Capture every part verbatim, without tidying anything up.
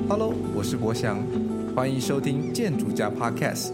Hello， 我是博翔，欢迎收听建筑家 Podcast。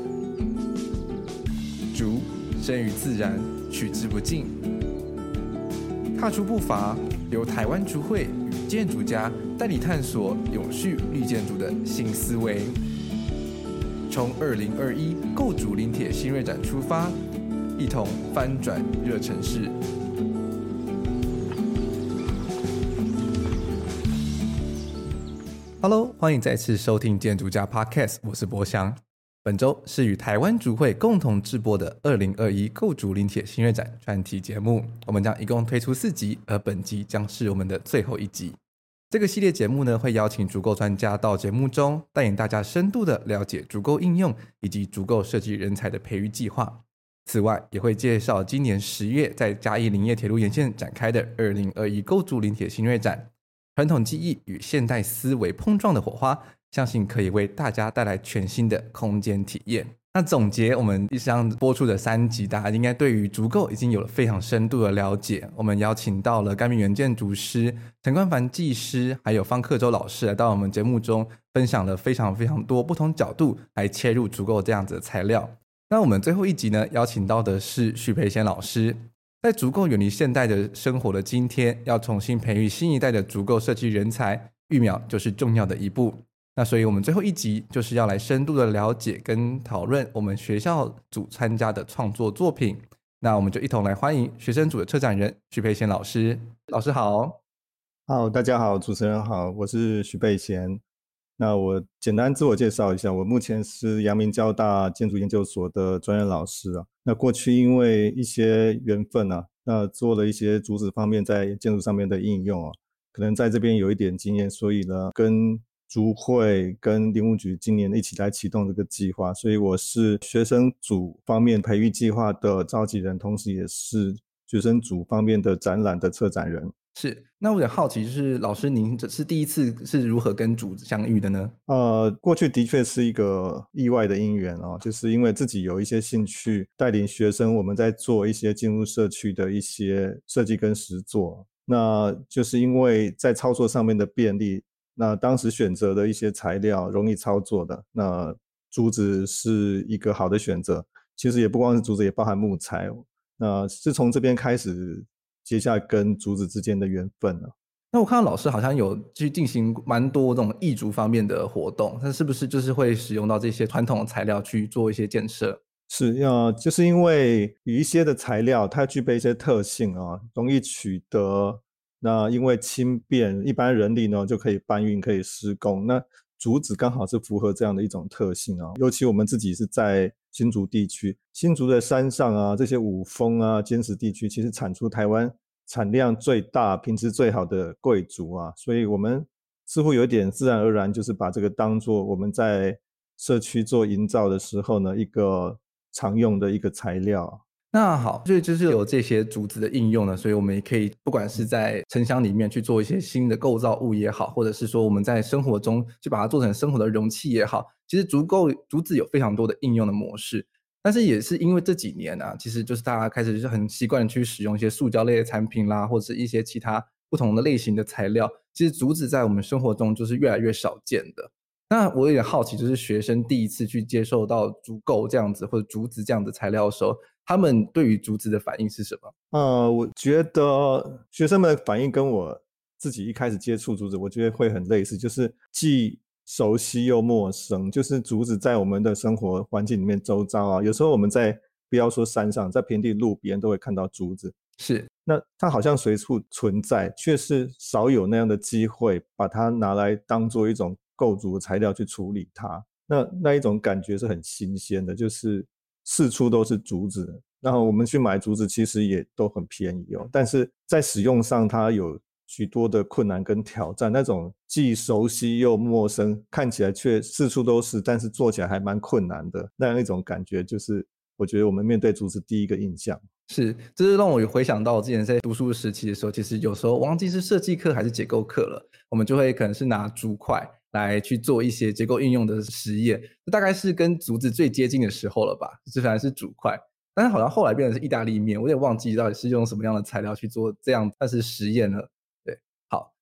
竹生于自然，取之不尽。踏出步伐，由台湾竹会与建筑家带你探索永续绿建筑的新思维。从二零二一构筑林铁新锐展出发，一同翻转热城市。Hello， 欢迎再次收听建筑家 Podcast， 我是博翔。本周是与台湾竹会共同制播的二零二一构筑林铁新锐展专题节目，我们将一共推出四集，而本集将是我们的最后一集。这个系列节目呢，会邀请竹构专家到节目中，带领大家深度的了解竹构应用以及竹构设计人才的培育计划。此外，也会介绍今年十月在嘉义林业铁路沿线展开的二零二一构筑林铁新锐展，传统技艺与现代思维碰撞的火花，相信可以为大家带来全新的空间体验。那总结我们以上播出的三集，大家应该对于竹构已经有了非常深度的了解。我们邀请到了甘明园建筑师陈冠凡技师，还有方克洲老师来到我们节目中，分享了非常非常多不同角度来切入竹构这样子的材料。那我们最后一集呢，邀请到的是许培贤老师。在竹构远离现代的生活的今天，要重新培育新一代的竹构设计人才，育苗就是重要的一步。那所以我们最后一集就是要来深度的了解跟讨论我们学校组参加的创作作品。那我们就一同来欢迎学生组的策展人许培贤老师。老师好。 好，大家好，主持人好，我是许培贤。那我简单自我介绍一下，我目前是阳明交大建筑研究所的专任老师啊。那过去因为一些缘分啊，那做了一些竹子方面在建筑上面的应用啊，可能在这边有一点经验，所以呢，跟竹会跟林务局今年一起来启动这个计划，所以我是学生组方面培育计划的召集人，同时也是学生组方面的展览的策展人。 是，那我有点好奇，就是老师您这是第一次是如何跟竹子相遇的呢？ 呃，过去的确是一个意外的因缘哦，就是因为自己有一些兴趣，带领学生我们在做一些进入社区的一些设计跟实作，那就是因为在操作上面的便利，那当时选择的一些材料容易操作的，那竹子是一个好的选择。其实也不光是竹子，也包含木材，那是从这边开始结下跟竹子之间的缘分了。 那我看到老师好像有去进行蛮多这种艺竹方面的活动，那是不是就是会使用到这些传统的材料去做一些建设？ 是要就是因为有一些的材料它具备一些特性啊，容易取得，那因为轻便，一般人力呢就可以搬运可以施工，那竹子刚好是符合这样的一种特性啊。尤其我们自己是在新竹地区，新竹的山上啊，这些五峰啊坚石地区其实产出台湾产量最大品质最好的桂竹啊，所以我们似乎有一点自然而然就是把这个当作我们在社区做营造的时候呢一个常用的一个材料。 那好，所以就是有这些竹子的应用呢，所以我们也可以不管是在城乡里面去做一些新的构造物也好，或者是说我们在生活中去把它做成生活的容器也好，其实竹构竹子有非常多的应用的模式。但是也是因为这几年啊，其实就是大家开始就是很习惯去使用一些塑胶类的产品啦，或者是一些其他不同的类型的材料，其实竹子在我们生活中就是越来越少见的。那我有点好奇，就是学生第一次去接受到竹构这样子或者竹子这样的材料的时候，他们对于竹子的反应是什么？ 呃，我觉得学生们的反应跟我自己一开始接触竹子，我觉得会很类似，就是既熟悉又陌生。就是竹子在我们的生活环境里面周遭啊，有时候我们在不要说山上，在平地路边都会看到竹子， 是， 那它好像随处存在，却是少有那样的机会把它拿来当做一种构筑的材料去处理它。那那一种感觉是很新鲜的，就是四处都是竹子，然后我们去买竹子其实也都很便宜哦，但是在使用上它有许多的困难跟挑战，那种既熟悉又陌生，看起来却四处都是，但是做起来还蛮困难的，那样一种感觉，就是我觉得我们面对竹子第一个印象。 是，这是让我回想到我之前在读书时期的时候，其实有时候忘记是设计课还是结构课了，我们就会可能是拿竹块来去做一些结构应用的实验，这大概是跟竹子最接近的时候了吧，这反而是竹块。但是好像后来变成是意大利面，我有点忘记到底是用什么样的材料去做这样，但是实验了。对，好，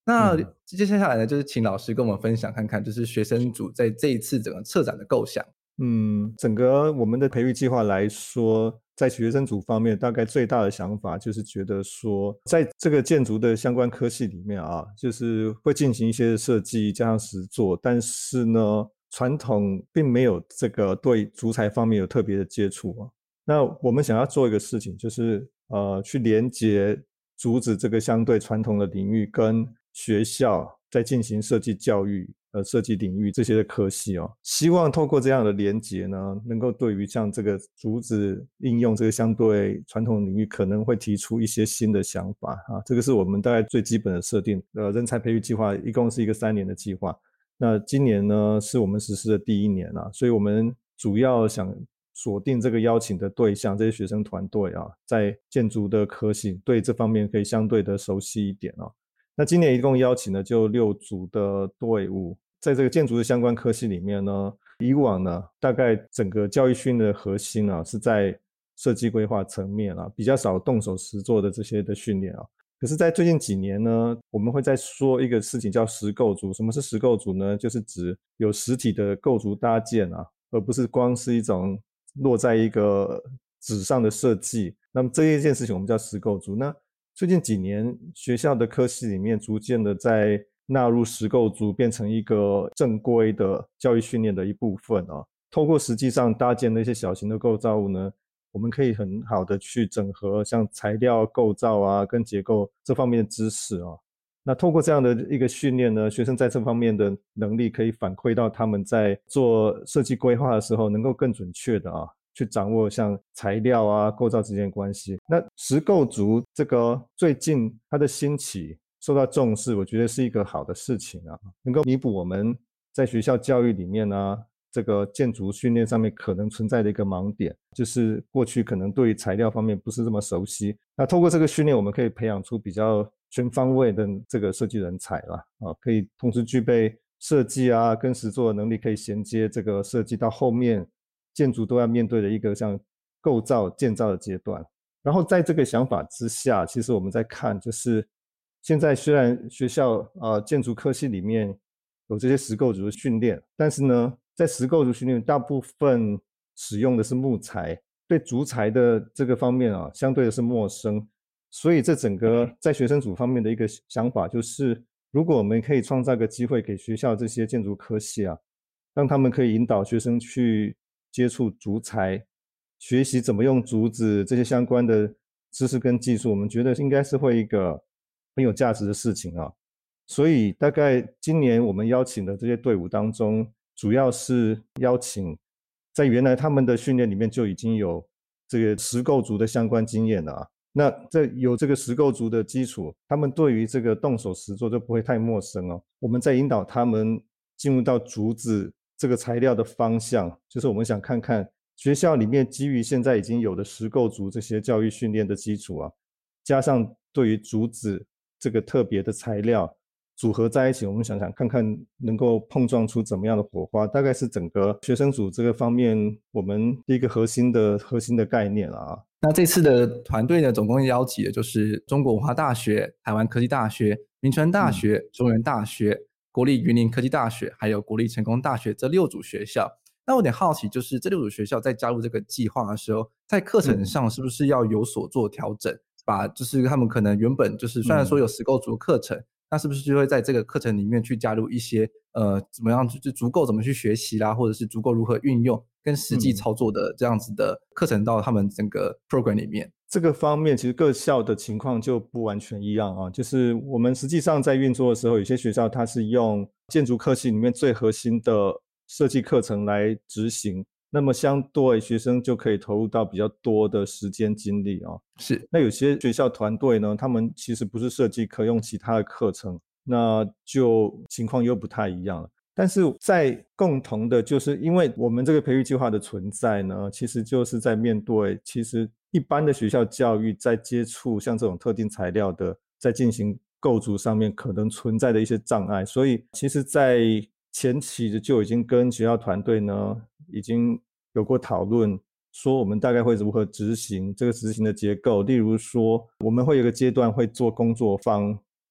那嗯。 接下来呢，就是请老师跟我们分享看看，就是学生组在这一次整个策展的构想。 嗯，整个我们的培育计划来说，在学生组方面，大概最大的想法就是觉得说，在这个建筑的相关科系里面啊，就是会进行一些设计加上实作，但是呢，传统并没有这个对竹材方面有特别的接触啊。那我们想要做一个事情，就是呃，去连接竹子这个相对传统的领域跟学校在进行设计教育呃设计领域这些的科系哦，希望透过这样的连结呢，能够对于像这个竹子应用这个相对传统领域可能会提出一些新的想法啊，这个是我们大概最基本的设定。呃，人才培育计划一共是一个三年的计划，那今年呢是我们实施的第一年啊，所以我们主要想锁定这个邀请的对象，这些学生团队啊，在建筑的科系对这方面可以相对的熟悉一点啊。那今年一共邀请了就六组的队伍，在这个建筑的相关科系里面呢，以往呢大概整个教育训练的核心啊是在设计规划层面啊，比较少动手实作的这些的训练啊。可是在最近几年呢，我们会再说一个事情叫实构筑。什么是实构筑呢？就是指有实体的构筑搭建啊，而不是光是一种落在一个纸上的设计。那么这一件事情我们叫实构筑。那最近几年学校的科系里面逐渐的在纳入实构筑，变成一个正规的教育训练的一部分啊。透过实际上搭建的一些小型的构造物呢，我们可以很好的去整合像材料构造啊跟结构这方面的知识啊。那透过这样的一个训练呢，学生在这方面的能力可以反馈到他们在做设计规划的时候能够更准确的啊去掌握像材料啊构造之间的关系。那实构筑这个最近它的兴起受到重视，我觉得是一个好的事情啊，能够弥补我们在学校教育里面呢、啊这个建筑训练上面可能存在的一个盲点，就是过去可能对于材料方面不是这么熟悉。那透过这个训练，我们可以培养出比较全方位的这个设计人才啦，啊，可以同时具备设计啊跟实作的能力，可以衔接这个设计到后面建筑都要面对的一个像构造建造的阶段。然后在这个想法之下，其实我们在看就是现在虽然学校呃建筑科系里面有这些实构筑的训练，但是呢在实构筑训练大部分使用的是木材，对竹材的这个方面啊相对的是陌生。所以这整个在学生组方面的一个想法就是，如果我们可以创造个机会给学校这些建筑科系啊，让他们可以引导学生去接触竹材，学习怎么用竹子这些相关的知识跟技术，我们觉得应该是会一个很有价值的事情啊。所以大概今年我们邀请的这些队伍当中，主要是邀请在原来他们的训练里面就已经有这个实构筑的相关经验了啊。那这有这个实构筑的基础，他们对于这个动手实作就不会太陌生哦。我们在引导他们进入到竹子这个材料的方向，就是我们想看看学校里面基于现在已经有的实构筑这些教育训练的基础啊，加上对于竹子这个特别的材料组合在一起，我们想想看看能够碰撞出怎么样的火花，大概是整个学生组这个方面我们一个核心的核心的概念啊。 那这次的团队呢，总共邀请的就是中国文化大学、台湾科技大学、民传大学、嗯、中原大学、国立云林科技大学，还有国立成功大学这六组学校。那我有点好奇，就是这六组学校在加入这个计划的时候，在课程上是不是要有所做调整？嗯、把就是他们可能原本就是虽然说有实构筑课程，嗯、那是不是就会在这个课程里面去加入一些呃怎么样就是足够怎么去学习啦，或者是足够如何运用跟实际操作的这样子的课程到他们整个 program 里面？ 这个方面其实各校的情况就不完全一样啊，就是我们实际上在运作的时候，有些学校它是用建筑科系里面最核心的设计课程来执行，那么相对学生就可以投入到比较多的时间精力啊。 是， 那有些学校团队呢，他们其实不是设计课，用其他的课程，那就情况又不太一样了。但是在共同的就是因为我们这个培育计划的存在呢，其实就是在面对其实一般的学校教育在接触像这种特定材料的在进行构筑上面可能存在的一些障碍，所以其实在前期就已经跟学校团队呢已经有过讨论，说我们大概会如何执行这个执行的结构，例如说我们会有一个阶段会做工作坊，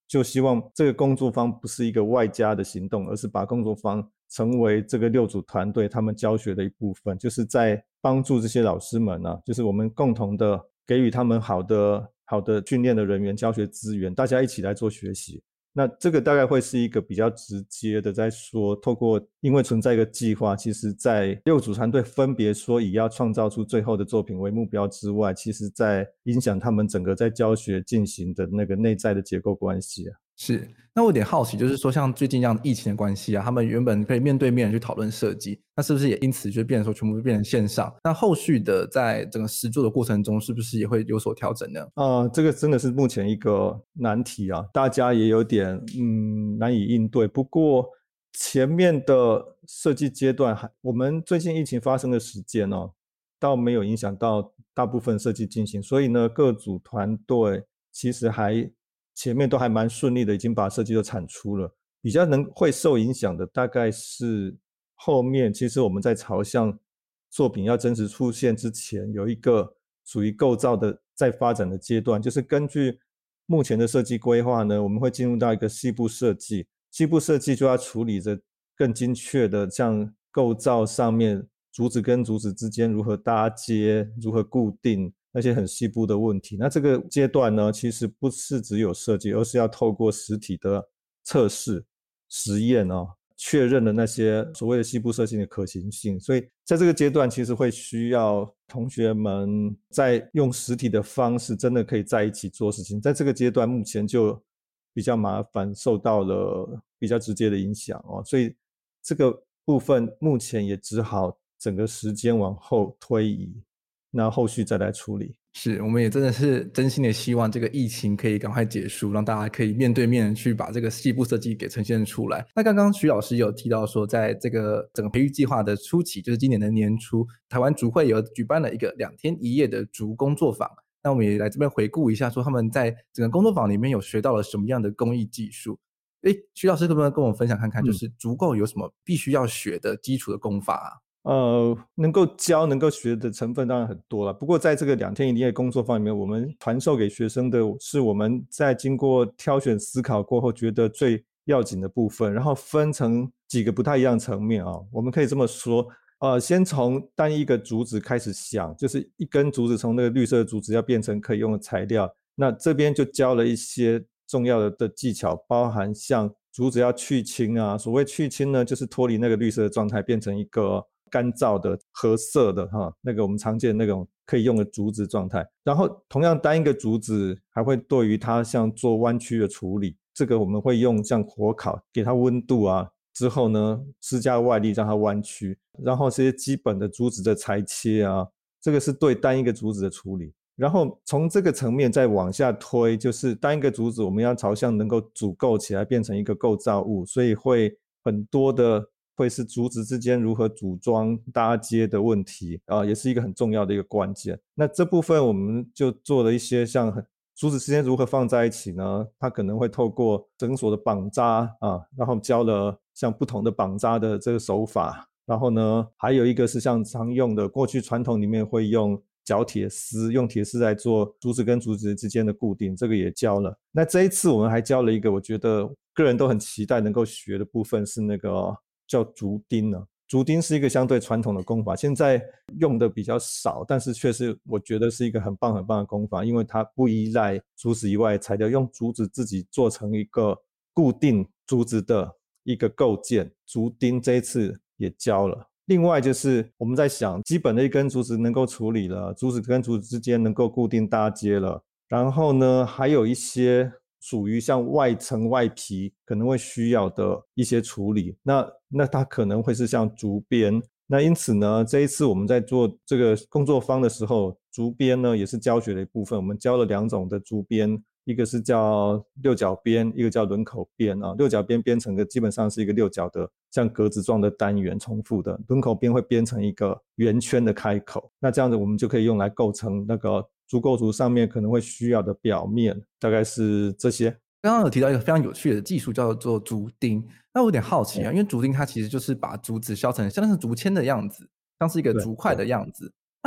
就希望这个工作坊不是一个外加的行动，而是把工作坊成为这个六组团队他们教学的一部分，就是在帮助这些老师们啊，就是我们共同的给予他们好的好的训练的人员、教学资源，大家一起来做学习。那这个大概会是一个比较直接的在说，透过因为存在一个计划，其实在六组团队分别说以要创造出最后的作品为目标之外，其实在影响他们整个在教学进行的那个内在的结构关系啊。 是，那我有点好奇，就是说像最近这样疫情的关系啊，他们原本可以面对面去讨论设计，那是不是也因此就变成说全部变成线上？那后续的在整个实作的过程中，是不是也会有所调整呢？ 呃，这个真的是目前一个难题啊，大家也有点嗯难以应对。不过前面的设计阶段还，我们最近疫情发生的时间哦，倒没有影响到大部分设计进行，所以呢，各组团队其实还前面都还蛮顺利的，已经把设计都产出了。比较能会受影响的大概是后面，其实我们在朝向作品要真实出现之前，有一个属于构造的在发展的阶段，就是根据目前的设计规划呢，我们会进入到一个细部设计，细部设计就要处理着更精确的像构造上面竹子跟竹子之间如何搭接、如何固定那些很细部的问题。那这个阶段呢，其实不是只有设计，而是要透过实体的测试、实验哦，确认了那些所谓的细部设计的可行性。所以在这个阶段，其实会需要同学们在用实体的方式，真的可以在一起做事情。在这个阶段，目前就比较麻烦，受到了比较直接的影响哦。所以这个部分目前也只好整个时间往后推移，那后续再来处理。 是，我们也真的是真心的希望这个疫情可以赶快结束，让大家可以面对面去把这个细部设计给呈现出来。那刚刚徐老师有提到说，在这个整个培育计划的初期，就是今年的年初，台湾竹会有举办了一个两天一夜的竹工作坊。那我们也来这边回顾一下，说他们在整个工作坊里面有学到了什么样的工艺技术。诶，徐老师可不可以跟我们分享看看，就嗯。 是竹构有什么必须要学的基础的功法啊？ 呃，能够教、能够学的成分当然很多了。不过在这个两天一夜工作坊里面，我们传授给学生的是我们在经过挑选思考过后，觉得最要紧的部分，然后分成几个不太一样层面啊。我们可以这么说，呃，先从单一个竹子开始想，就是一根竹子从那个绿色的竹子要变成可以用的材料，那这边就教了一些重要的的技巧，包含像竹子要去青啊，所谓去青呢，就是脱离那个绿色的状态，变成一个干燥的褐色的哈，那个我们常见的那种可以用的竹子状态。然后同样单一个竹子还会对于它像做弯曲的处理，这个我们会用像火烤给它温度啊，之后呢施加外力让它弯曲，然后这些基本的竹子的裁切啊，这个是对单一个竹子的处理。然后从这个层面再往下推，就是单一个竹子我们要朝向能够组构起来变成一个构造物，所以会很多的会是竹子之间如何组装搭接的问题啊、呃，也是一个很重要的一个关键。那这部分我们就做了一些像竹子之间如何放在一起呢？它可能会透过绳索的绑扎啊，然后教了像不同的绑扎的这个手法。然后呢，还有一个是像常用的，过去传统里面会用绞铁丝，用铁丝来做竹子跟竹子之间的固定，这个也教了。那这一次我们还教了一个，我觉得个人都很期待能够学的部分是那个叫竹钉呢。竹钉是一个相对传统的工法，现在用的比较少，但是却是我觉得是一个很棒很棒的工法，因为它不依赖竹子以外的材料，用竹子自己做成一个固定竹子的一个构件。竹钉这一次也教了。另外就是我们在想，基本的一根竹子能够处理了，竹子跟竹子之间能够固定搭接了，然后呢，还有一些属于像外层外皮可能会需要的一些处理，那那它可能会是像竹编。那因此呢，这一次我们在做这个工作坊的时候，竹编呢也是教学的一部分，我们教了两种的竹编，一个是叫六角编，一个叫轮口编啊。六角编编成的基本上是一个六角的像格子状的单元重复的，轮口编会编成一个圆圈的开口，那这样子我们就可以用来构成那个竹构图上面可能会需要的表面，大概是这些。 刚刚有提到一个非常有趣的技术叫做竹钉，那我有点好奇啊，因为竹钉它其实就是把竹子削成像是竹签的样子，像是一个对竹块的样子。那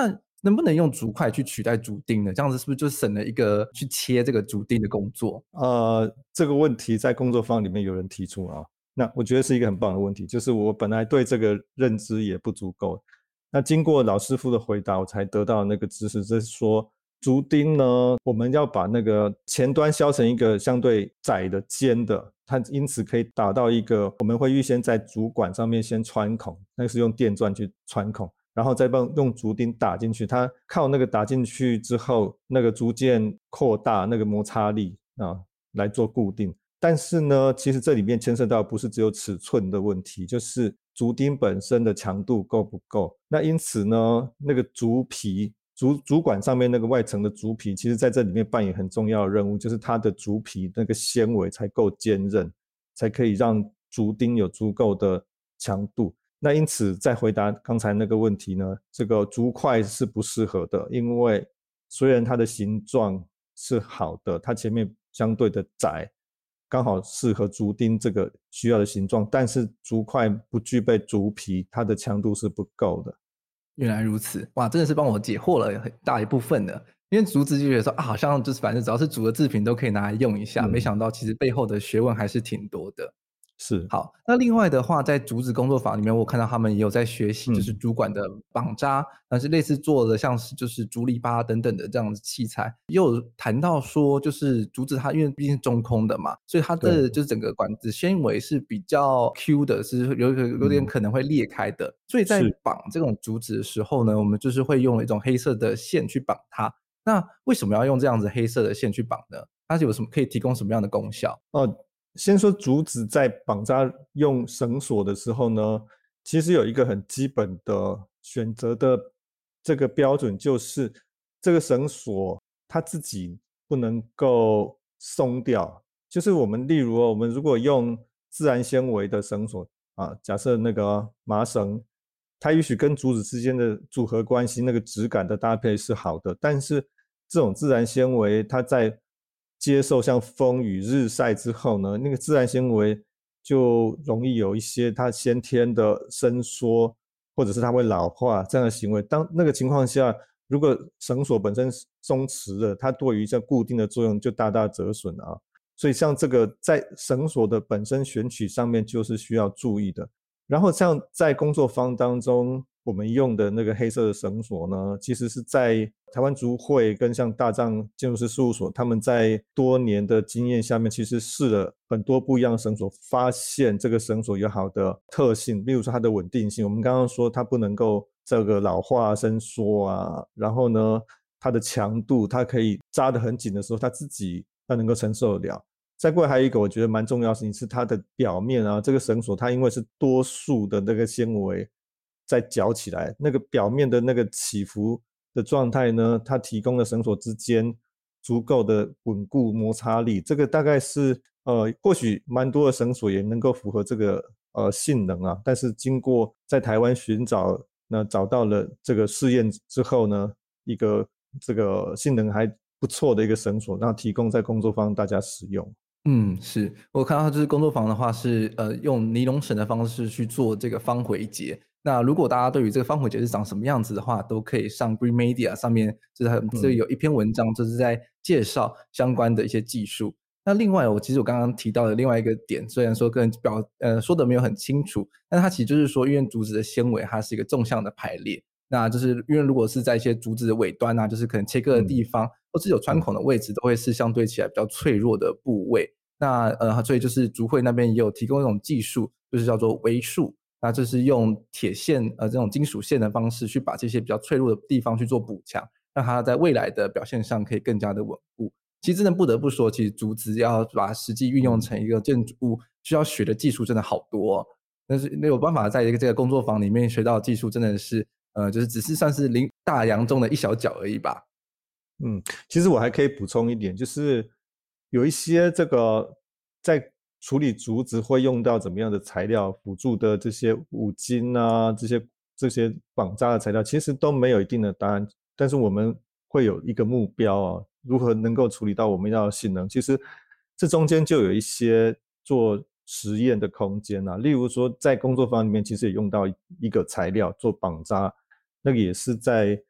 能不能用竹块去取代竹钉呢？这样子是不是就省了一个去切这个竹钉的工作？ 呃，这个问题在工作坊里面有人提出啊，那我觉得是一个很棒的问题，就是我本来对这个认知也不足够，那经过老师傅的回答，我才得到那个知识，就是说竹钉呢，我们要把那个前端削成一个相对窄的尖的，它因此可以打到一个，我们会预先在竹管上面先穿孔，那是用电钻去穿孔，然后再用竹钉打进去，它靠那个打进去之后，那个逐渐扩大那个摩擦力啊，来做固定。但是呢，其实这里面牵涉到不是只有尺寸的问题，就是竹钉本身的强度够不够。那因此呢，那个竹皮竹竹管上面那个外层的竹皮，其实在这里面扮演很重要的任务，就是它的竹皮那个纤维才够坚韧，才可以让竹钉有足够的强度。那因此在回答刚才那个问题呢，这个竹块是不适合的，因为虽然它的形状是好的，它前面相对的窄，刚好适合竹钉这个需要的形状，但是竹块不具备竹皮，它的强度是不够的。 原来如此，哇，真的是帮我解惑了很大一部分的。因为竹子就觉得说啊，好像就是反正只要是竹的制品都可以拿来用一下，没嗯， 想到其实背后的学问还是挺多的。 是， 好，那另外的话，在竹子工作坊里面，我看到他们也有在学习，就是嗯， 竹管的绑扎，但是类似做的像是就是竹篱笆等等的这样的器材，也有谈到说，就是竹子它因为毕竟是中空的嘛，所以它对， 的就是整个管子纤维是比较 Q 的，是有一个有点嗯， 可能会裂开的，所以在是。 绑这种竹子的时候呢，我们就是会用一种黑色的线去绑它。那为什么要用这样子黑色的线去绑呢？它是有什么可以提供什么样的功效？ 哦，先说竹子在绑扎用绳索的时候呢，其实有一个很基本的选择的这个标准，就是这个绳索它自己不能够松掉。就是我们例如哦我们如果用自然纤维的绳索啊，假设那个麻绳，它也许跟竹子之间的组合关系，那个质感的搭配是好的，但是这种自然纤维它在接受像风雨日晒之后呢，那个自然纤维就容易有一些它先天的伸缩，或者是它会老化这样的行为。当那个情况下，如果绳索本身松弛了，它对于这固定的作用就大大折损啊。所以像这个在绳索的本身选取上面就是需要注意的。然后像在工作坊当中，我们用的那个黑色的绳索呢，其实是在台湾竹会跟像大藏建筑师事务所，他们在多年的经验下面，其实试了很多不一样的绳索，发现这个绳索有好的特性，例如说它的稳定性。我们刚刚说它不能够这个老化伸缩啊，然后呢，它的强度，它可以扎得很紧的时候，它自己要能够承受得了。再过来还有一个我觉得蛮重要的事情是它的表面啊，这个绳索它因为是多数的那个纤维在绞起来，那个表面的那个起伏的状态呢，它提供了绳索之间足够的稳固摩擦力，这个大概是呃或许蛮多的绳索也能够符合这个呃性能啊，但是经过在台湾寻找，那找到了这个试验之后呢，一个这个性能还不错的一个绳索，然后提供在工作坊大家使用。 嗯，是我看到就是工作坊的话是呃用尼龙绳的方式去做这个方回结。那如果大家对于这个方回结是长什么样子的话，都可以上 Green Media 上面，就是它这嗯， 有一篇文章，就是在介绍相关的一些技术。那另外，我其实我刚刚提到的另外一个点，虽然说跟表呃说的没有很清楚，但它其实就是说，因为竹子的纤维它是一个纵向的排列，那就是因为如果是在一些竹子的尾端啊，就是可能切割的嗯， 地方，或是有穿嗯， 孔的位置，都会是相对起来比较脆弱的部位。那呃，所以就是竹会那边也有提供一种技术，就是叫做微束，那就是用铁线呃这种金属线的方式去把这些比较脆弱的地方去做补强，让它在未来的表现上可以更加的稳固。其实真的不得不说，其实竹子要把它实际运用嗯。 成一个建筑物，需要学的技术真的好多哦。但是没有办法在一个这个工作坊里面学到的技术，真的是呃，就是只是算是零大洋中的一小角而已吧。 嗯，其实我还可以补充一点，就是有一些这个在处理竹子会用到怎么样的材料辅助的这些五金啊，这些这些绑扎的材料，其实都没有一定的答案。但是我们会有一个目标啊，如何能够处理到我们要的性能？其实这中间就有一些做实验的空间啊。例如说，在工作坊里面，其实也用到一个材料做绑扎，那个也是在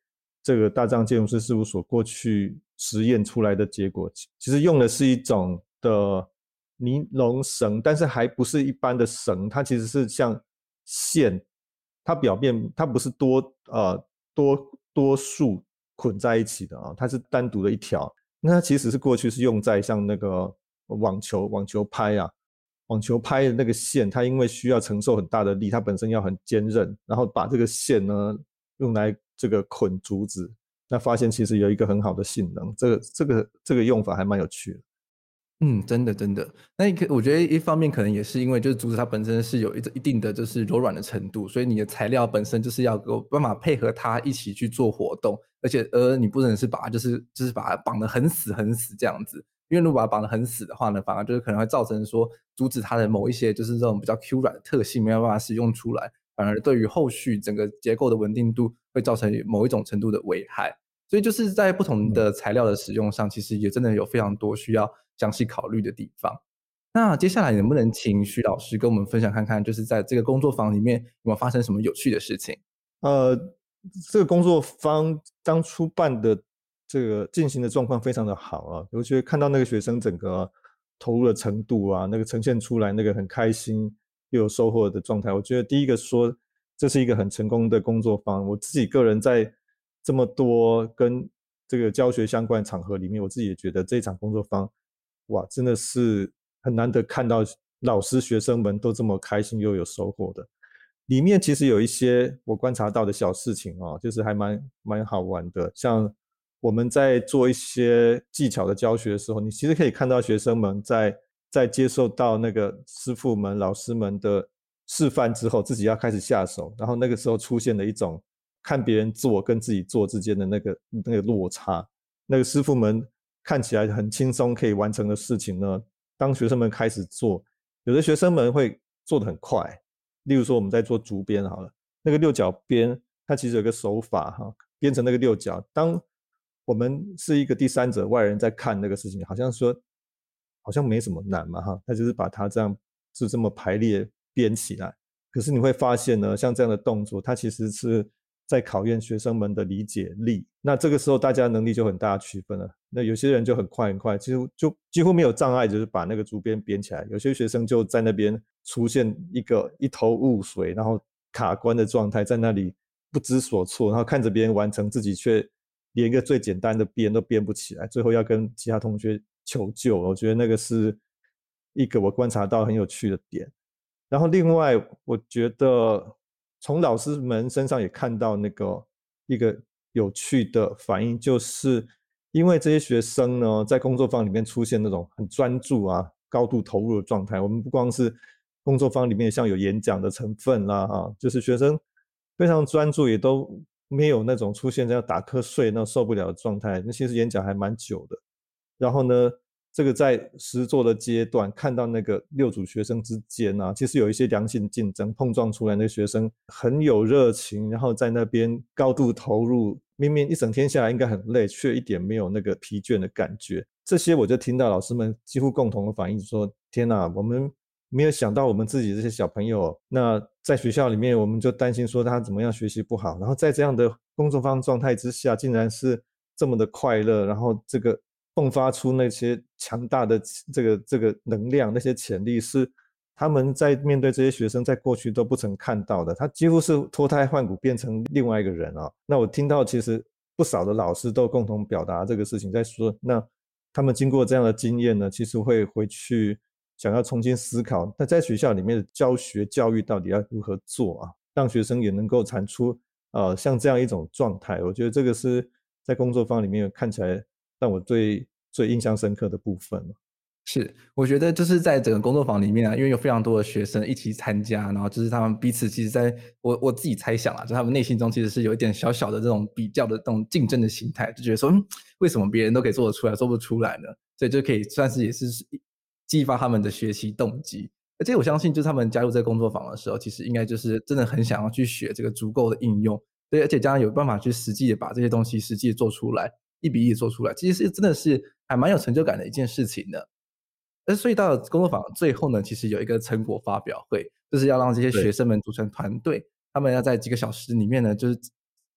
这个大藏建筑师事务所过去实验出来的结果，其实用的是一种的尼龙绳，但是还不是一般的绳，它其实是像线，它表面它不是多呃多多束捆在一起的啊，它是单独的一条。那它其实是过去是用在像那个网球网球拍啊，网球拍的那个线，它因为需要承受很大的力，它本身要很坚韧，然后把这个线呢用来这个捆竹子，那发现其实有一个很好的性能，这个这个这个用法还蛮有趣的。 嗯，真的真的。那一个我觉得一方面可能也是因为就是竹子它本身是有一一定的就是柔软的程度，所以你的材料本身就是要有办法配合它一起去做活动，而且而你不能是把它就是就是把它绑得很死很死这样子，因为如果把它绑得很死的话呢，反而就是可能会造成说竹子它的某一些就是这种比较 Q 软的特性没有办法使用出来，反而对于后续整个结构的稳定度会造成某一种程度的危害。所以就是在不同的材料的使用上，其实也真的有非常多需要详细考虑的地方。那接下来能不能请徐老师跟我们分享看看，就是在这个工作坊里面有没有发生什么有趣的事情？ 呃，这个工作坊当初办的这个进行的状况非常的好啊，我觉得看到那个学生整个投入的程度啊，那个呈现出来那个很开心又有收获的状态，我觉得第一个说这是一个很成功的工作坊。我自己个人在这么多跟这个教学相关的场合里面，我自己也觉得这一场工作坊，哇，真的是很难得看到老师学生们都这么开心又有收获的。里面其实有一些我观察到的小事情哦，就是还蛮蛮好玩的。像我们在做一些技巧的教学的时候，你其实可以看到学生们在在接受到那个师傅们、老师们的示范之后，自己要开始下手，然后那个时候出现了一种看别人做跟自己做之间的那个那个落差。那个师傅们看起来很轻松可以完成的事情呢，当学生们开始做，有的学生们会做得很快。例如说我们在做竹编好了，那个六角编它其实有个手法哈，编成那个六角，当我们是一个第三者外人在看那个事情，好像说好像没什么难嘛哈，他就是把它这样就这么排列编起来。可是你会发现呢，像这样的动作，它其实是在考验学生们的理解力。那这个时候大家能力就很大区分了。那有些人就很快很快，其实就几乎没有障碍，就是把那个竹编编起来。有些学生就在那边出现一个一头雾水，然后卡关的状态，在那里不知所措，然后看着别人完成，自己却连一个最简单的编都编不起来，最后要跟其他同学求救。我觉得那个是一个我观察到很有趣的点。然后另外，我觉得从老师们身上也看到那个一个有趣的反应，就是因为这些学生呢，在工作坊里面出现那种很专注啊、高度投入的状态。我们不光是工作坊里面像有演讲的成分啦，啊，就是学生非常专注，也都没有那种出现这样打瞌睡那受不了的状态。那其实演讲还蛮久的。然后呢，这个在实作的阶段，看到那个六组学生之间啊，其实有一些良性竞争碰撞出来，那学生很有热情，然后在那边高度投入，明明一整天下来应该很累，却一点没有那个疲倦的感觉。这些我就听到老师们几乎共同的反应说：天哪，我们没有想到我们自己这些小朋友，那在学校里面我们就担心说他怎么样学习不好，然后在这样的工作坊状态之下，竟然是这么的快乐，然后这个迸发出那些强大的这个这个能量，那些潜力是他们在面对这些学生在过去都不曾看到的，他几乎是脱胎换骨变成另外一个人啊。那我听到其实不少的老师都共同表达这个事情，在说那他们经过这样的经验呢，其实会回去想要重新思考，那在学校里面的教学教育到底要如何做啊，让学生也能够产出呃像这样一种状态。我觉得这个是在工作坊里面看起来让我最最印象深刻的部分。 是，我觉得就是在整个工作坊里面啊，因为有非常多的学生一起参加，然后就是他们彼此其实在我我自己猜想啊，就他们内心中其实是有一点小小的这种比较的这种竞争的心态，就觉得说，嗯，为什么别人都可以做得出来，做不出来呢？所以就可以算是也是激发他们的学习动机。而且我相信，就是他们加入这个工作坊的时候，其实应该就是真的很想要去学这个足够的应用，对，而且加上有办法去实际的把这些东西实际的做出来，一比一做出来，其实是真的是还蛮有成就感的一件事情的。呃，所以到了工作坊最后呢，其实有一个成果发表会，就是要让这些学对， 生们组成团队，他们要在几个小时里面呢，就是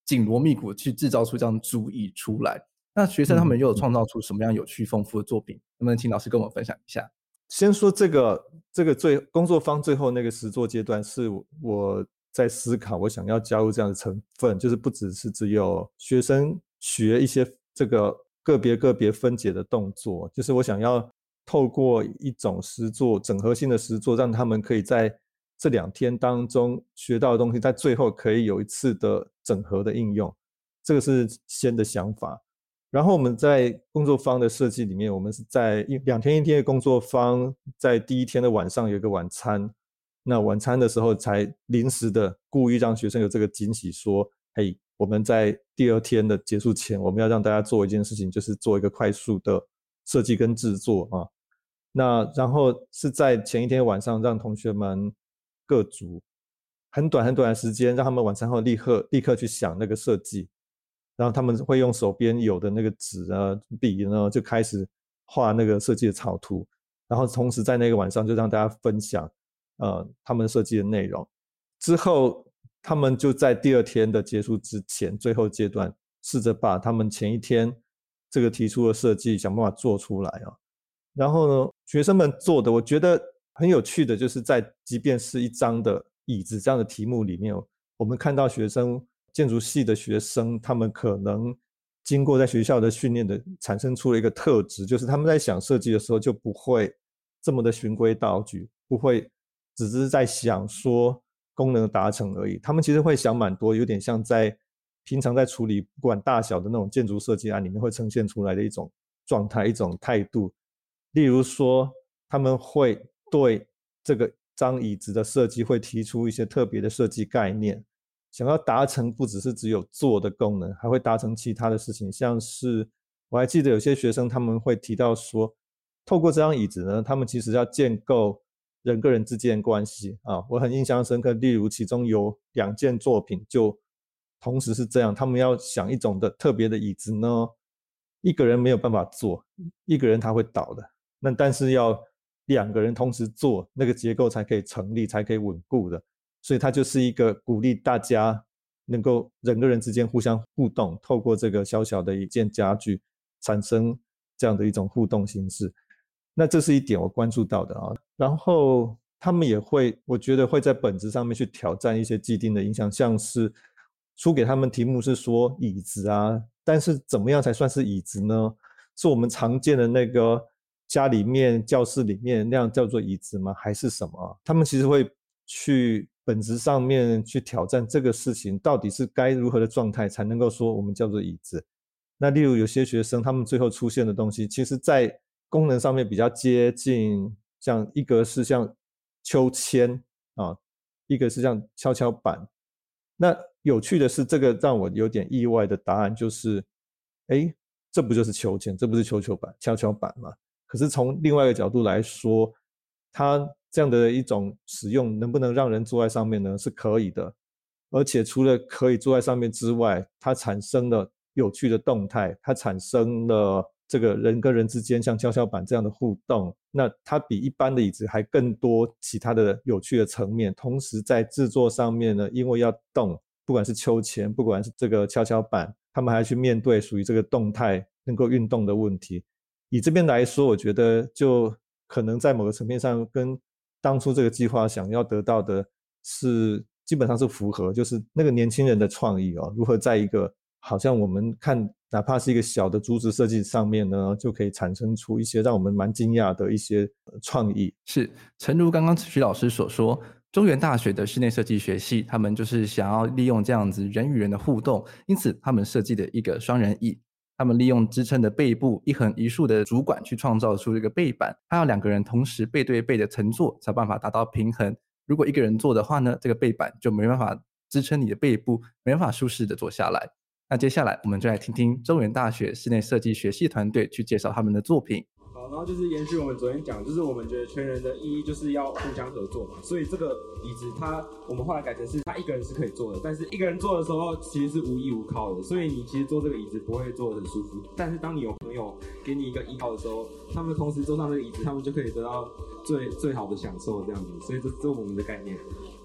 紧锣密鼓去制造出这样主意出来。那学生他们又有创造出什么样有趣丰富的作品？能不能请老师跟我们分享一下？ 先说这个这个最工作坊最后那个实作阶段，是我在思考，我想要加入这样的成分，就是不只是只有学生学一些这个个别个别分解的动作，就是我想要透过一种实作整合性的实作，让他们可以在这两天当中学到的东西，在最后可以有一次的整合的应用，这个是先的想法。然后我们在工作坊的设计里面，我们是在两天一天的工作坊，在第一天的晚上有一个晚餐，那晚餐的时候才临时的故意让学生有这个惊喜，说嘿，我们在第二天的结束前，我们要让大家做一件事情，就是做一个快速的设计跟制作啊。那然后是在前一天晚上让同学们各组很短很短的时间，让他们晚餐后立刻立刻去想那个设计，然后他们会用手边有的那个纸啊笔呢，就开始画那个设计的草图，然后同时在那个晚上就让大家分享呃他们设计的内容。之后他们就在第二天的结束之前，最后阶段试着把他们前一天这个提出的设计想办法做出来啊。然后呢，学生们做的我觉得很有趣的，就是在即便是一张的椅子这样的题目里面，我们看到学生建筑系的学生，他们可能经过在学校的训练的，产生出了一个特质，就是他们在想设计的时候就不会这么的循规蹈矩，不会只是在想说功能达成而已，他们其实会想蛮多，有点像在平常在处理不管大小的那种建筑设计案里面会呈现出来的一种状态，一种态度。例如说他们会对这个张椅子的设计会提出一些特别的设计概念，想要达成不只是只有坐的功能，还会达成其他的事情，像是我还记得有些学生他们会提到说，透过这张椅子呢，他们其实要建构人跟人之间的关系啊，我很印象深刻，例如其中有两件作品就同时是这样，他们要想一种的特别的椅子呢，一个人没有办法坐，一个人他会倒的，那但是要两个人同时坐，那个结构才可以成立，才可以稳固的。所以它就是一个鼓励大家能够人跟人之间互相互动，透过这个小小的一件家具产生这样的一种互动形式。那这是一点我关注到的啊。然后他们也会，我觉得会在本质上面去挑战一些既定的影响，像是出给他们题目是说椅子啊，但是怎么样才算是椅子呢？是我们常见的那个家里面教室里面那样叫做椅子吗？还是什么？他们其实会去本质上面去挑战这个事情到底是该如何的状态才能够说我们叫做椅子。那例如有些学生他们最后出现的东西，其实在功能上面比较接近，像一个是像秋千啊，一个是像跷跷板。那有趣的是，这个让我有点意外的答案就是，哎，这不就是秋千，这不是跷跷板、跷跷板吗？可是从另外一个角度来说，它这样的一种使用能不能让人坐在上面呢？是可以的，而且除了可以坐在上面之外，它产生了有趣的动态，它产生了这个人跟人之间像跷跷板这样的互动，那它比一般的椅子还更多其他的有趣的层面。同时在制作上面呢，因为要动，不管是秋千，不管是这个跷跷板，他们还去面对属于这个动态能够运动的问题。以这边来说，我觉得就可能在某个层面上跟当初这个计划想要得到的是基本上是符合，就是那个年轻人的创意哦，如何在一个好像我们看哪怕是一个小的竹子设计上面呢，就可以产生出一些让我们蛮惊讶的一些创意。 是，诚如刚刚徐老师所说，中原大学的室内设计学系，他们就是想要利用这样子人与人的互动，因此他们设计的一个双人椅，他们利用支撑的背部一横一竖的主管去创造出一个背板，还要两个人同时背对背的乘坐，才有办法达到平衡。如果一个人坐的话呢，这个背板就没办法支撑你的背部，没办法舒适的坐下来。那接下来我们就来听听中原大学室内设计学系团队去介绍他们的作品。 好，然后就是延续我们昨天讲，就是我们觉得全人的意义就是要互相合作嘛，所以这个椅子它我们后来改成是它一个人是可以坐的，但是一个人坐的时候其实是无依无靠的，所以你其实坐这个椅子不会坐得很舒服，但是当你有朋友给你一个依靠的时候，他们同时坐上这个椅子，他们就可以得到最最好的享受这样子，所以这这是我们的概念。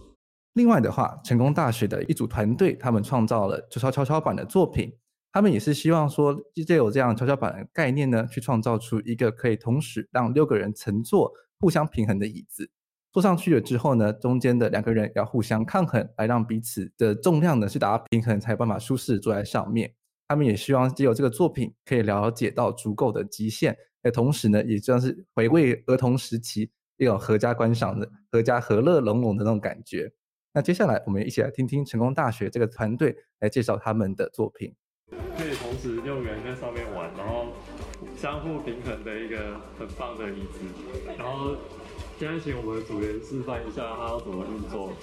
另外的话，成功大学的一组团队，他们创造了九霄跷跷板的作品，他们也是希望说，借有这样跷跷板的概念呢，去创造出一个可以同时让六个人乘坐、互相平衡的椅子。坐上去了之后呢，中间的两个人要互相抗衡，来让彼此的重量呢去达到平衡，才有办法舒适坐在上面。他们也希望借由这个作品，可以了解到足够的极限，而同时呢，也像是回味儿童时期一种合家观赏的、合家和乐融融的那种感觉。那接下来，我们一起来听听成功大学这个团队来介绍他们的作品。 可以同时六个人在上面玩，然后相互平衡的一个很棒的椅子。然后现在请我们的组员示范一下他要怎么运作。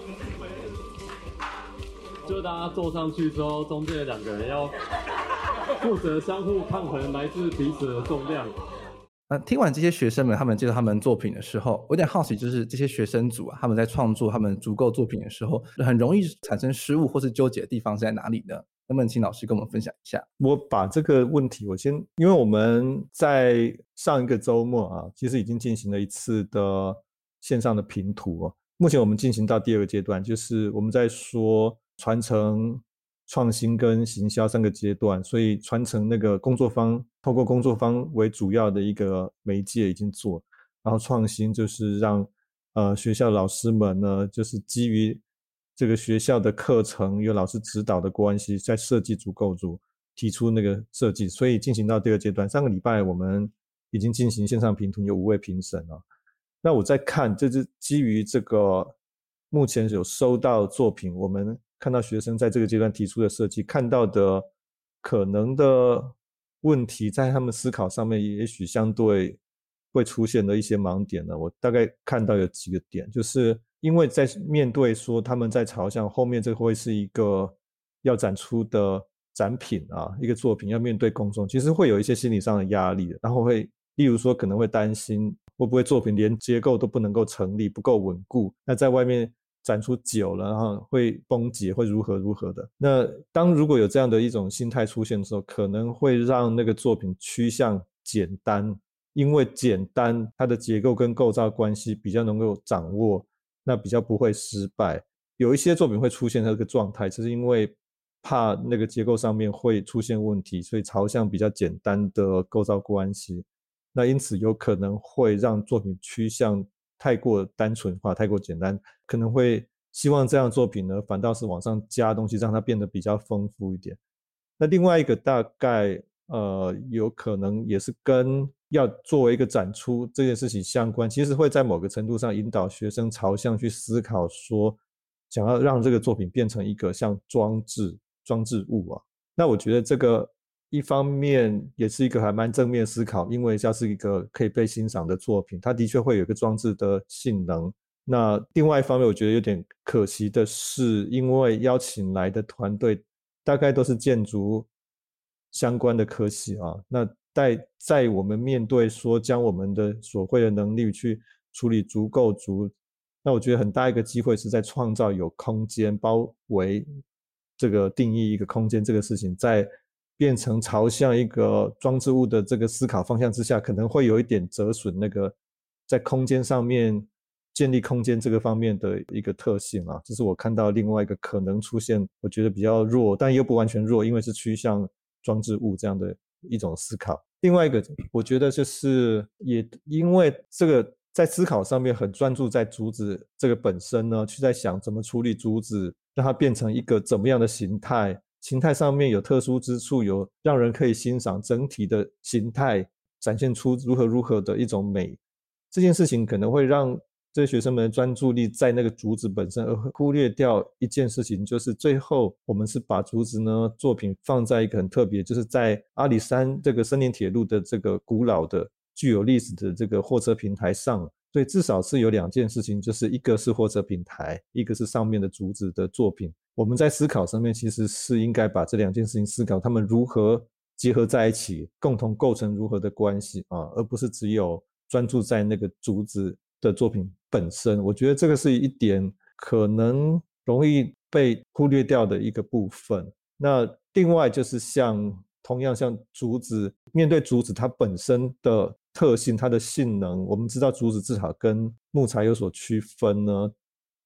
就大家坐上去之后，中间的两个人要负责相互抗衡来自彼此的重量。 那听完这些学生们他们介绍他们作品的时候，我有点好奇，就是这些学生组啊，他们在创作他们足够作品的时候，很容易产生失误或是纠结的地方是在哪里呢？能不能请老师跟我们分享一下？ 我把这个问题，我先，因为我们在上一个周末啊，其实已经进行了一次的线上的评图哦。目前我们进行到第二个阶段，就是我们在说传承、创新跟行销三个阶段，所以传承那个工作坊，透过工作坊为主要的一个媒介已经做，然后创新就是让呃学校老师们呢，就是基于这个学校的课程有老师指导的关系，在设计组构组提出那个设计，所以进行到第二阶段。上个礼拜我们已经进行线上评图，有五位评审了。那我在看，这是基于这个目前有收到作品，我们看到学生在这个阶段提出的设计，看到的可能的问题，在他们思考上面，也许相对会出现的一些盲点呢。我大概看到有几个点，就是因为在面对说他们在朝向后面这会是一个要展出的展品啊，一个作品要面对公众，其实会有一些心理上的压力的，然后会例如说可能会担心会不会作品连结构都不能够成立，不够稳固，那在外面展出久了，然后会崩解，会如何如何的。那当如果有这样的一种心态出现的时候，可能会让那个作品趋向简单，因为简单它的结构跟构造关系比较能够掌握，那比较不会失败。有一些作品会出现这个状态，就是因为怕那个结构上面会出现问题，所以朝向比较简单的构造关系，那因此有可能会让作品趋向太过单纯化，太过简单，可能会希望这样的作品呢，反倒是往上加东西，让它变得比较丰富一点。那另外一个大概呃，有可能也是跟要作为一个展出这件事情相关，其实会在某个程度上引导学生朝向去思考说，想要让这个作品变成一个像装置装置物啊。那我觉得这个一方面也是一个还蛮正面思考，因为像是一个可以被欣赏的作品，它的确会有一个装置的性能。那另外一方面我觉得有点可惜的是，因为邀请来的团队大概都是建筑相关的科系啊，那在在我们面对说将我们的所会的能力去处理足够足，那我觉得很大一个机会是在创造有空间包围这个定义一个空间这个事情，在变成朝向一个装置物的这个思考方向之下，可能会有一点折损那个在空间上面建立空间这个方面的一个特性啊，这是我看到另外一个可能出现，我觉得比较弱，但又不完全弱，因为是趋向装置物这样的一种思考。另外一个，我觉得就是也因为这个在思考上面很专注在竹子这个本身呢，去在想怎么处理竹子，让它变成一个怎么样的形态。形态上面有特殊之处，有让人可以欣赏整体的形态，展现出如何如何的一种美。这件事情可能会让这些学生们的专注力在那个竹子本身，而忽略掉一件事情，就是最后我们是把竹子呢作品放在一个很特别，就是在阿里山这个森林铁路的这个古老的具有历史的这个货车平台上，所以至少是有两件事情，就是一个是货车平台，一个是上面的竹子的作品。我们在思考上面其实是应该把这两件事情思考他们如何结合在一起，共同构成如何的关系啊，而不是只有专注在那个竹子的作品本身。我觉得这个是一点可能容易被忽略掉的一个部分。那另外就是像同样像竹子，面对竹子它本身的特性，它的性能，我们知道竹子至少跟木材有所区分呢，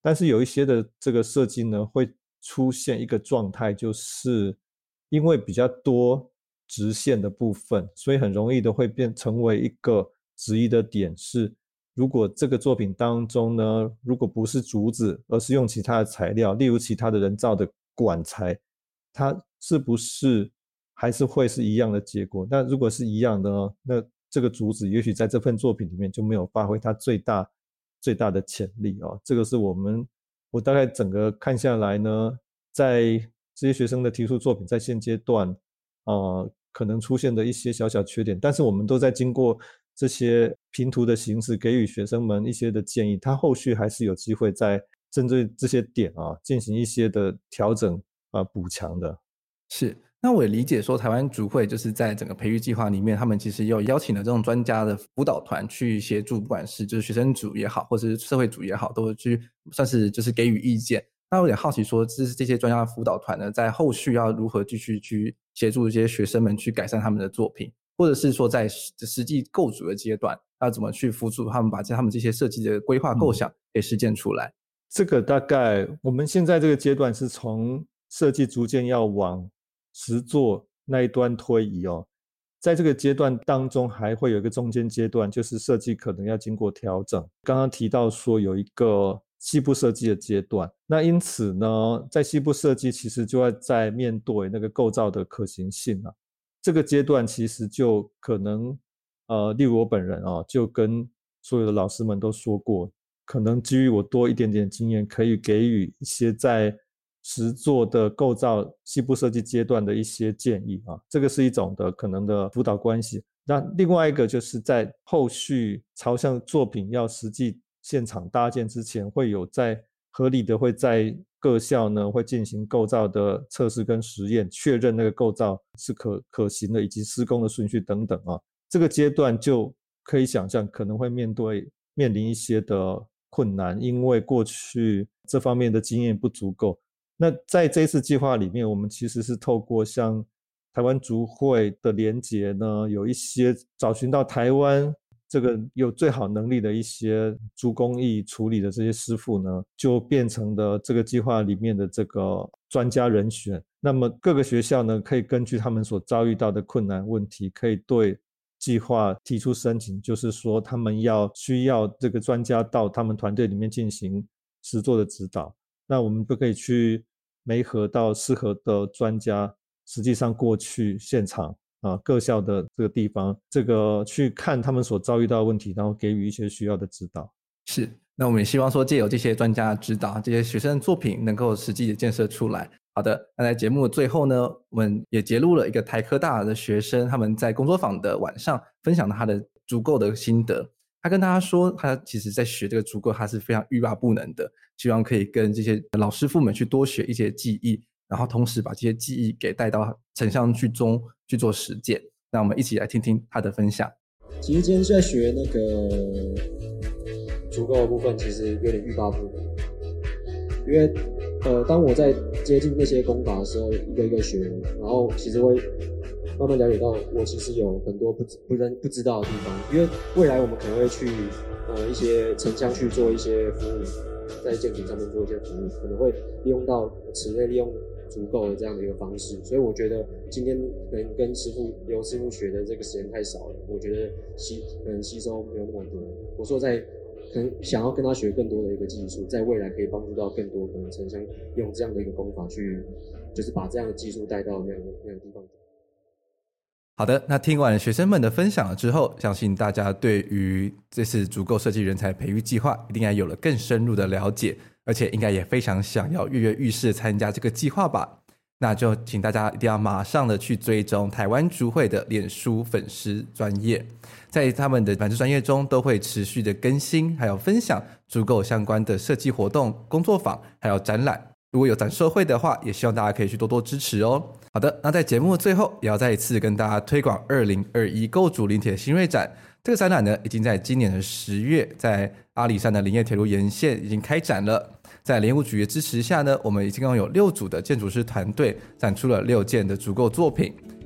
但是有一些的这个设计呢，会出现一个状态，就是因为比较多直线的部分，所以很容易的会变成为一个质疑的点是，如果这个作品当中呢，如果不是竹子，而是用其他的材料，例如其他的人造的管材，它是不是还是会是一样的结果？那如果是一样的呢，那这个竹子也许在这份作品里面就没有发挥它最大最大的潜力哦。这个是我们我大概整个看下来呢，在这些学生的提出作品在现阶段呃可能出现的一些小小缺点，但是我们都在经过这些评图的形式给予学生们一些的建议，他后续还是有机会在针对这些点啊进行一些的调整啊补强的。 是，那我也理解说台湾竹会就是在整个培育计划里面，他们其实有邀请了这种专家的辅导团去协助，不管是就是学生组也好，或者是社会组也好，都去算是就是给予意见。那我有点好奇说，这这些专家辅导团呢，在后续要如何继续去协助这些学生们去改善他们的作品，或者是说在实际构筑的阶段，要怎么去辅助他们把他们这些设计的规划构想给实践出来？ 嗯，这个大概我们现在这个阶段是从设计逐渐要往实作那一端推移哦。在这个阶段当中还会有一个中间阶段，就是设计可能要经过调整。刚刚提到说有一个细部设计的阶段，那因此呢，在细部设计其实就要在面对那个构造的可行性啊。这个阶段其实就可能呃，例如我本人啊，就跟所有的老师们都说过，可能基于我多一点点经验，可以给予一些在实作的构造细部设计阶段的一些建议啊，这个是一种的可能的辅导关系。那另外一个就是在后续朝向作品要实际现场搭建之前，会有在合理的会在各校呢会进行构造的测试跟实验，确认那个构造是可可行的，以及施工的顺序等等啊。这个阶段就可以想象可能会面对面临一些的困难，因为过去这方面的经验不足够。那在这一次计划里面，我们其实是透过像台湾竹会的连结呢，有一些找寻到台湾这个有最好能力的一些竹工艺处理的这些师傅呢，就变成了这个计划里面的这个专家人选。那么各个学校呢，可以根据他们所遭遇到的困难问题，可以对计划提出申请，就是说他们要需要这个专家到他们团队里面进行实作的指导。那我们就可以去媒合到适合的专家，实际上过去现场啊各校的这个地方，这个去看他们所遭遇到的问题，然后给予一些需要的指导。 是，那我们也希望说借由这些专家的指导，这些学生的作品能够实际的建设出来。好的，那在节目的最后呢，我们也截录了一个台科大的学生，他们在工作坊的晚上分享了他的竹构的心得。他跟大家说，他其实在学这个竹构，他是非常欲罢不能的，希望可以跟这些老师傅们去多学一些技艺，然后同时把这些技艺给带到城乡去中去做实践。那我们一起来听听他的分享。 其实今天在学那个竹构的部分，其实有点欲罢不能，因为呃，当我在接近那些功法的时候，一个一个学，然后其实会慢慢了解到，我其实有很多不不认不知道的地方。因为未来我们可能会去呃一些城乡去做一些服务，在建筑上面做一些服务，可能会利用到室内利用竹构的这样的一个方式。所以我觉得今天可能跟师傅由师傅学的这个时间太少了，我觉得吸可能吸收没有那么多。我说在可能想要跟他学更多的一个技术，在未来可以帮助到更多可能城乡用这样的一个功法去，就是把这样的技术带到那样的那样的地方。 好的，那听完了学生们的分享了之后，相信大家对于这次竹构设计人才培育计划一定还有了更深入的了解，而且应该也非常想要跃跃欲试参加这个计划吧。那就请大家一定要马上的去追踪台湾竹会的脸书粉丝专页，在他们的粉丝专页中都会持续的更新还有分享竹构相关的设计活动、工作坊还有展览。如果有展售会的话，也希望大家可以去多多支持哦。好的，那在节目的最后也要再一次跟大家推广二零二一构筑林铁新锐展。这个展览呢，已经在今年的十月在阿里山的林业铁路沿线已经开展了。在联务局的支持下呢，我们已经共有六组的建筑师团队展出了六件的竹构作品。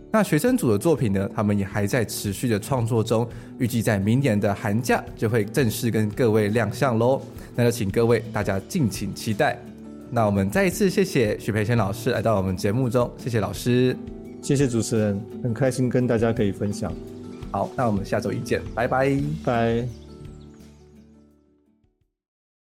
那学生组的作品呢，他们也还在持续的创作中，预计在明年的寒假就会正式跟各位亮相咯。那就请各位大家敬请期待。那我们再一次谢谢许培谦老师来到我们节目中，谢谢老师。 谢谢主持人，很开心跟大家可以分享。 好，那我们下周一见，拜拜。 拜。